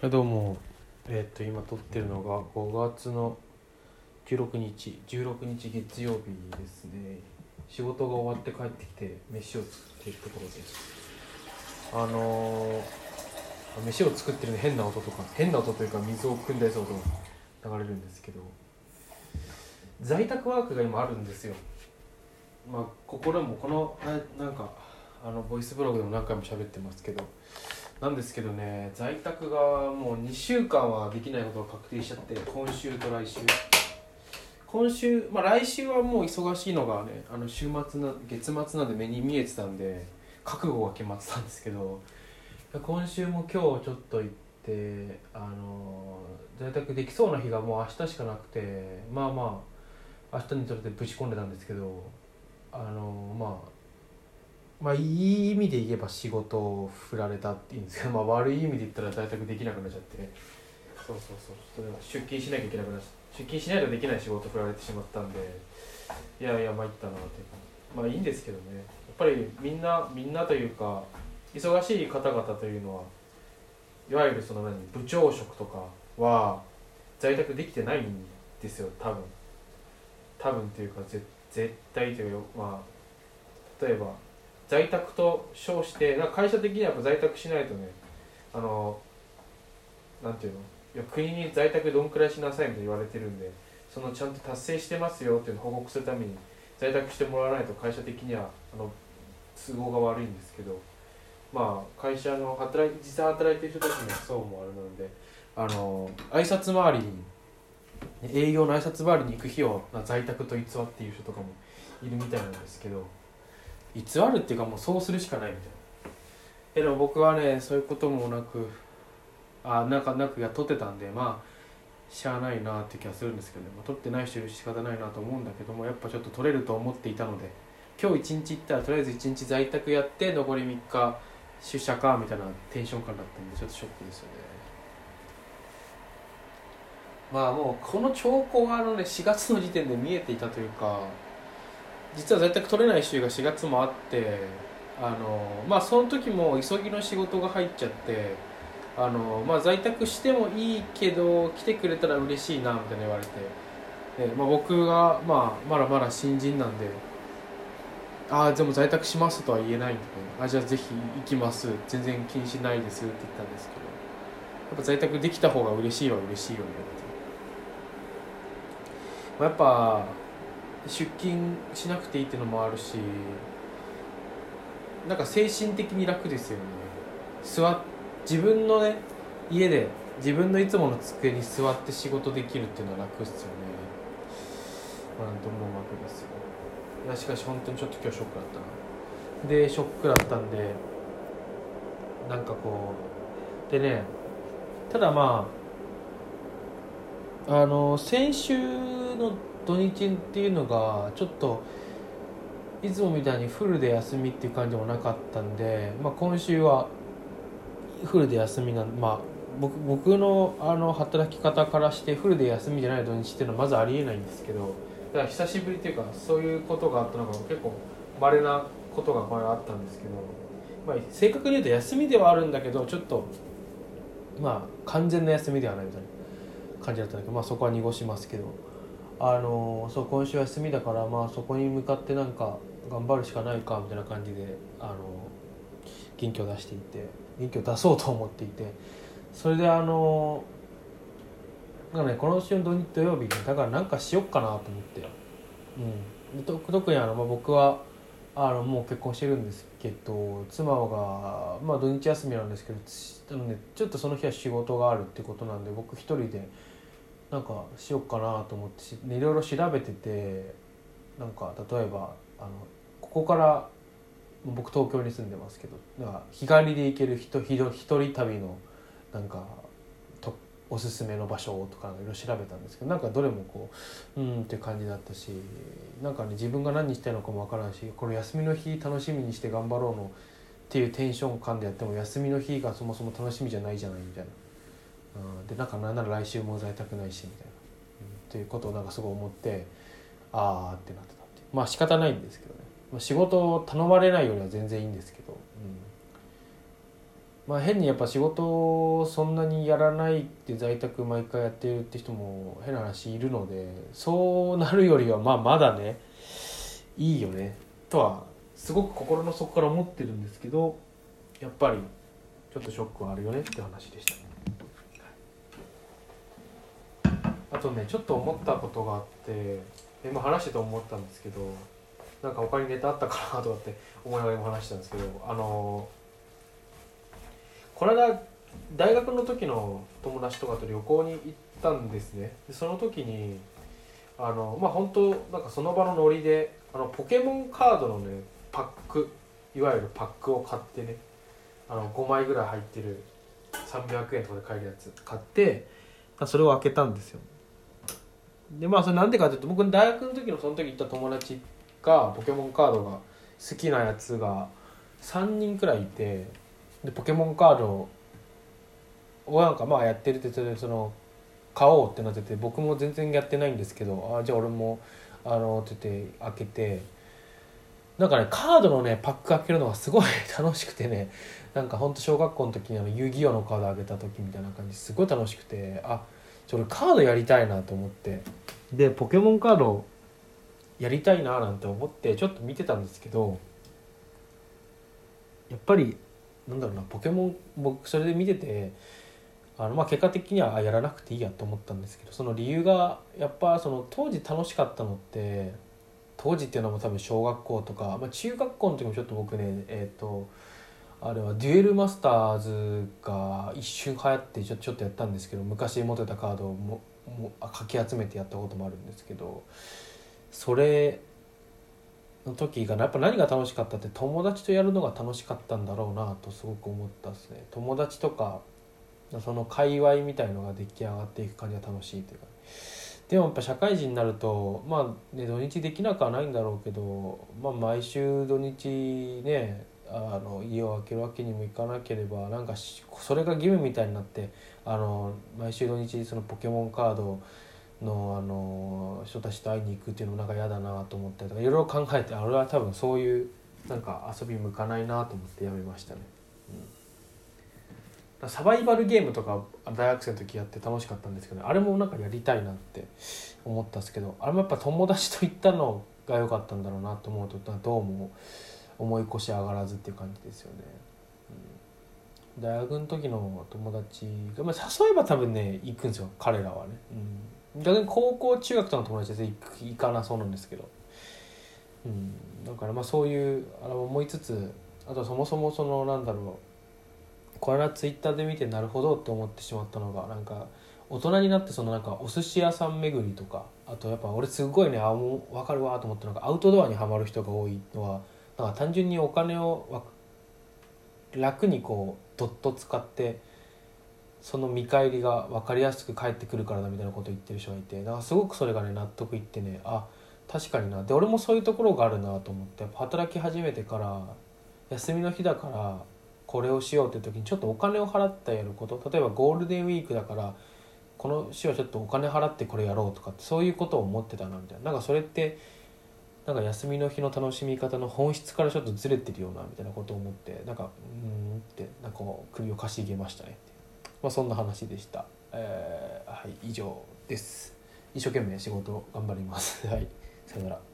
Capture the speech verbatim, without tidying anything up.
はい、どうも。えっと今撮ってるのがごがつのじゅうろくにちじゅうろくにち月曜日ですね。仕事が終わって帰ってきて飯を作っているところです。あのー、飯を作ってるの変な音とか変な音というか水を汲んだやつ音が流れるんですけど、在宅ワークが今あるんですよ。まあここでもこのななんかあのボイスブログでも何回も喋ってますけど、なんですけどね、在宅がもうにしゅうかんはできないことが確定しちゃって、今週と来週今週、まあ来週はもう忙しいのがね、あの週末な月末なんで目に見えてたんで覚悟が決まってたんですけど、今週も今日ちょっと行って、あの在宅できそうな日がもう明日しかなくて、まあまあ明日にとってぶち込んでたんですけど、あのまあまあいい意味で言えば仕事を振られたっていうんですけど、まあ悪い意味で言ったら在宅できなくなっちゃって、そうそうそう、ちょっと出勤しなきゃいけなくなっちゃ出勤しないとできない仕事振られてしまったんで、いやいや参ったなっていうか、まあいいんですけどね。やっぱりみんなみんなというか忙しい方々というのはいわゆるその何部長職とかは在宅できてないんですよ、多分多分というかぜ絶対というか、まあ例えば在宅と称してなんか会社的にはやっぱ在宅しないとね、あのなんていうの、いや国に在宅どんくらいしなさいみたいに言われてるんで、そのちゃんと達成してますよっていうのを報告するために在宅してもらわないと会社的にはあの都合が悪いんですけど、まあ会社の働い実際働いてる人たちにはそうもあれなので、あの挨拶回りに営業の挨拶回りに行く日を在宅と偽っている人とかもいるみたいなんですけど、偽るっていうかもうそうするしかないみたいな。えでも僕はねそういうこともなく、あなんかなく雇ってたんで、まあしゃあないなって気がするんですけどね、まあ、取ってない人いるし仕方ないなと思うんだけども、やっぱちょっと取れると思っていたので、今日一日行ったらとりあえず一日在宅やって残りみっか出社かみたいなテンション感だったんでちょっとショックですよね。まあもうこの兆候があのねしがつの時点で見えていたというか、実は在宅取れない週がしがつもあって、あのまあその時も急ぎの仕事が入っちゃって、あのまあ在宅してもいいけど来てくれたら嬉しいなみたいな言われて、で、まあ、僕が、まあ、まだまだ新人なんで、ああでも在宅しますとは言えないんで、ね、あじゃあぜひ行きます全然気にしないですって言ったんですけど、やっぱ在宅できた方が嬉しいは嬉しいよねって、まあ、やっぱ出勤しなくていいっていうのもあるし、なんか精神的に楽ですよね。座っ自分のね家で自分のいつもの机に座って仕事できるっていうのは楽っすよね。まあ、なんと思うわけですよ。いやしかし本当にちょっと今日ショックだったな。でショックだったんで、なんかこうでね、ただまああの先週の土日っていうのがちょっといつもみたいにフルで休みっていう感じもなかったんで、まあ、今週はフルで休みなん、まあ、僕, 僕のあの働き方からしてフルで休みじゃない土日っていうのはまずありえないんですけど、だから久しぶりっていうかそういうことがあったのが結構稀なことが前あったんですけど、まあ、正確に言うと休みではあるんだけどちょっとまあ完全な休みではないみたいな感じだったんだけど、まあ、そこは濁しますけど、あのそう今週休みだから、まあ、そこに向かってなんか頑張るしかないかみたいな感じであの元気を出していて元気を出そうと思っていて、それであのなんかねこの週の土日土曜日だからなんかしよっかなと思って、うん、特にあの、まあ、僕はあのもう結婚してるんですけど、妻が、まあ、土日休みなんですけど、あの、ね、ちょっとその日は仕事があるってことなんで僕一人でなんかしよっかなと思っていろいろ調べてて、なんか例えばあのここから僕東京に住んでますけど、だから日帰りで行ける一人旅のなんかとおすすめの場所とかいろいろ調べたんですけど、なんかどれもこううんって感じだったし、なんかね自分が何したいのかもわからないし、これ休みの日楽しみにして頑張ろうのっていうテンション感でやっても休みの日がそもそも楽しみじゃないじゃないみたいな、うん、でなんかなんなら来週も在宅ないしみたいな、うん、ということをなんかすごい思って、あーってなってたっていう、まあ仕方ないんですけどね、仕事を頼まれないよりは全然いいんですけど、 まあ変にやっぱ仕事をそんなにやらないって在宅毎回やってるって人も変な話いるので、そうなるよりはまあまだねいいよねとはすごく心の底から思ってるんですけど、やっぱりちょっとショックはあるよねって話でした。あとねちょっと思ったことがあって、今話してて思ったんですけど、なんか他にネタあったかなとかって思いながら今話したんですけど、あのこの間大学の時の友達とかと旅行に行ったんですね。でその時にあのまあ本当なんかその場のノリであのポケモンカードのねパック、いわゆるパックを買ってね、あのごまいぐらい入ってるさんびゃくえんとかで買えるやつ買って、それを開けたんですよ。でまあそれなんでかというと、僕大学の時のその時行った友達がポケモンカードが好きなやつがさんにんくらいいて、でポケモンカードをなんかまあやってるって、それでその買おうってなってて、僕も全然やってないんですけど、あじゃあ俺もあのって言って開けて、なんかねカードのねパック開けるのがすごい楽しくてね、なんかほんと小学校の時にあの遊戯王のカード開けた時みたいな感じ、すごい楽しくて、あちょ俺カードやりたいなと思って、でポケモンカードやりたいななんて思ってちょっと見てたんですけど、やっぱりなんだろうな、ポケモン僕それで見てて、あのまあ結果的にはやらなくていいやと思ったんですけど、その理由がやっぱその当時楽しかったのって、当時っていうのも多分小学校とか、まあ、中学校の時もちょっと僕ねえっ、ー、とあれはデュエルマスターズが一瞬流行ってちょちょっとやったんですけど、昔持ってたカードをももかき集めてやったこともあるんですけど、それの時がやっぱ何が楽しかったって、友達とやるのが楽しかったんだろうなとすごく思ったですね。友達とかその界隈みたいのが出来上がっていく感じが楽しいというか、でもやっぱ社会人になるとまあね土日できなくはないんだろうけど、まあ毎週土日ねあの家を空けるわけにもいかなければ、なんかそれが義務みたいになって、あの毎週土日そのポケモンカードのあの人たちと会いに行くっていうのもなんか嫌だなと思ったりとかいろいろ考えて、俺は多分そういうなんか遊び向かないなと思ってやめましたね。うん、サバイバルゲームとか大学生の時やって楽しかったんですけど、あれもなんかやりたいなって思ったんですけど、あれもやっぱ友達と行ったのが良かったんだろうなと思うと、どうも思い越し上がらずっていう感じですよね。うん、大学の時の友達が、まあ、誘えば多分ね行くんですよ彼らはね。うん、逆に高校中学との友達で行かなそうなんですけど、うん、だからまあそういうあの思いつつ、あとそもそもそのなんだろう、これはツイッターで見てなるほどって思ってしまったのが、なんか大人になってそのなんかお寿司屋さん巡りとか、あとやっぱ俺すごいねあもう分かるわと思ったのが、アウトドアにはまる人が多いのはなんか単純にお金を楽にこうドット使ってその見返りが分かりやすく返ってくるからだみたいなことを言ってる人がいて、だからすごくそれがね納得いってね、あ確かにな、で俺もそういうところがあるなと思って、やっぱ働き始めてから休みの日だからこれをしようって時にちょっとお金を払ってやること、例えばゴールデンウィークだからこの週はちょっとお金払ってこれやろうとかって、そういうことを思ってたなみたいな、なんかそれってなんか休みの日の楽しみ方の本質からちょっとずれてるようなみたいなことを思って、なんかうーんってなんか首をかしげましたね。まあそんな話でした。えー、はい以上です。一生懸命仕事頑張ります。はい、さよなら。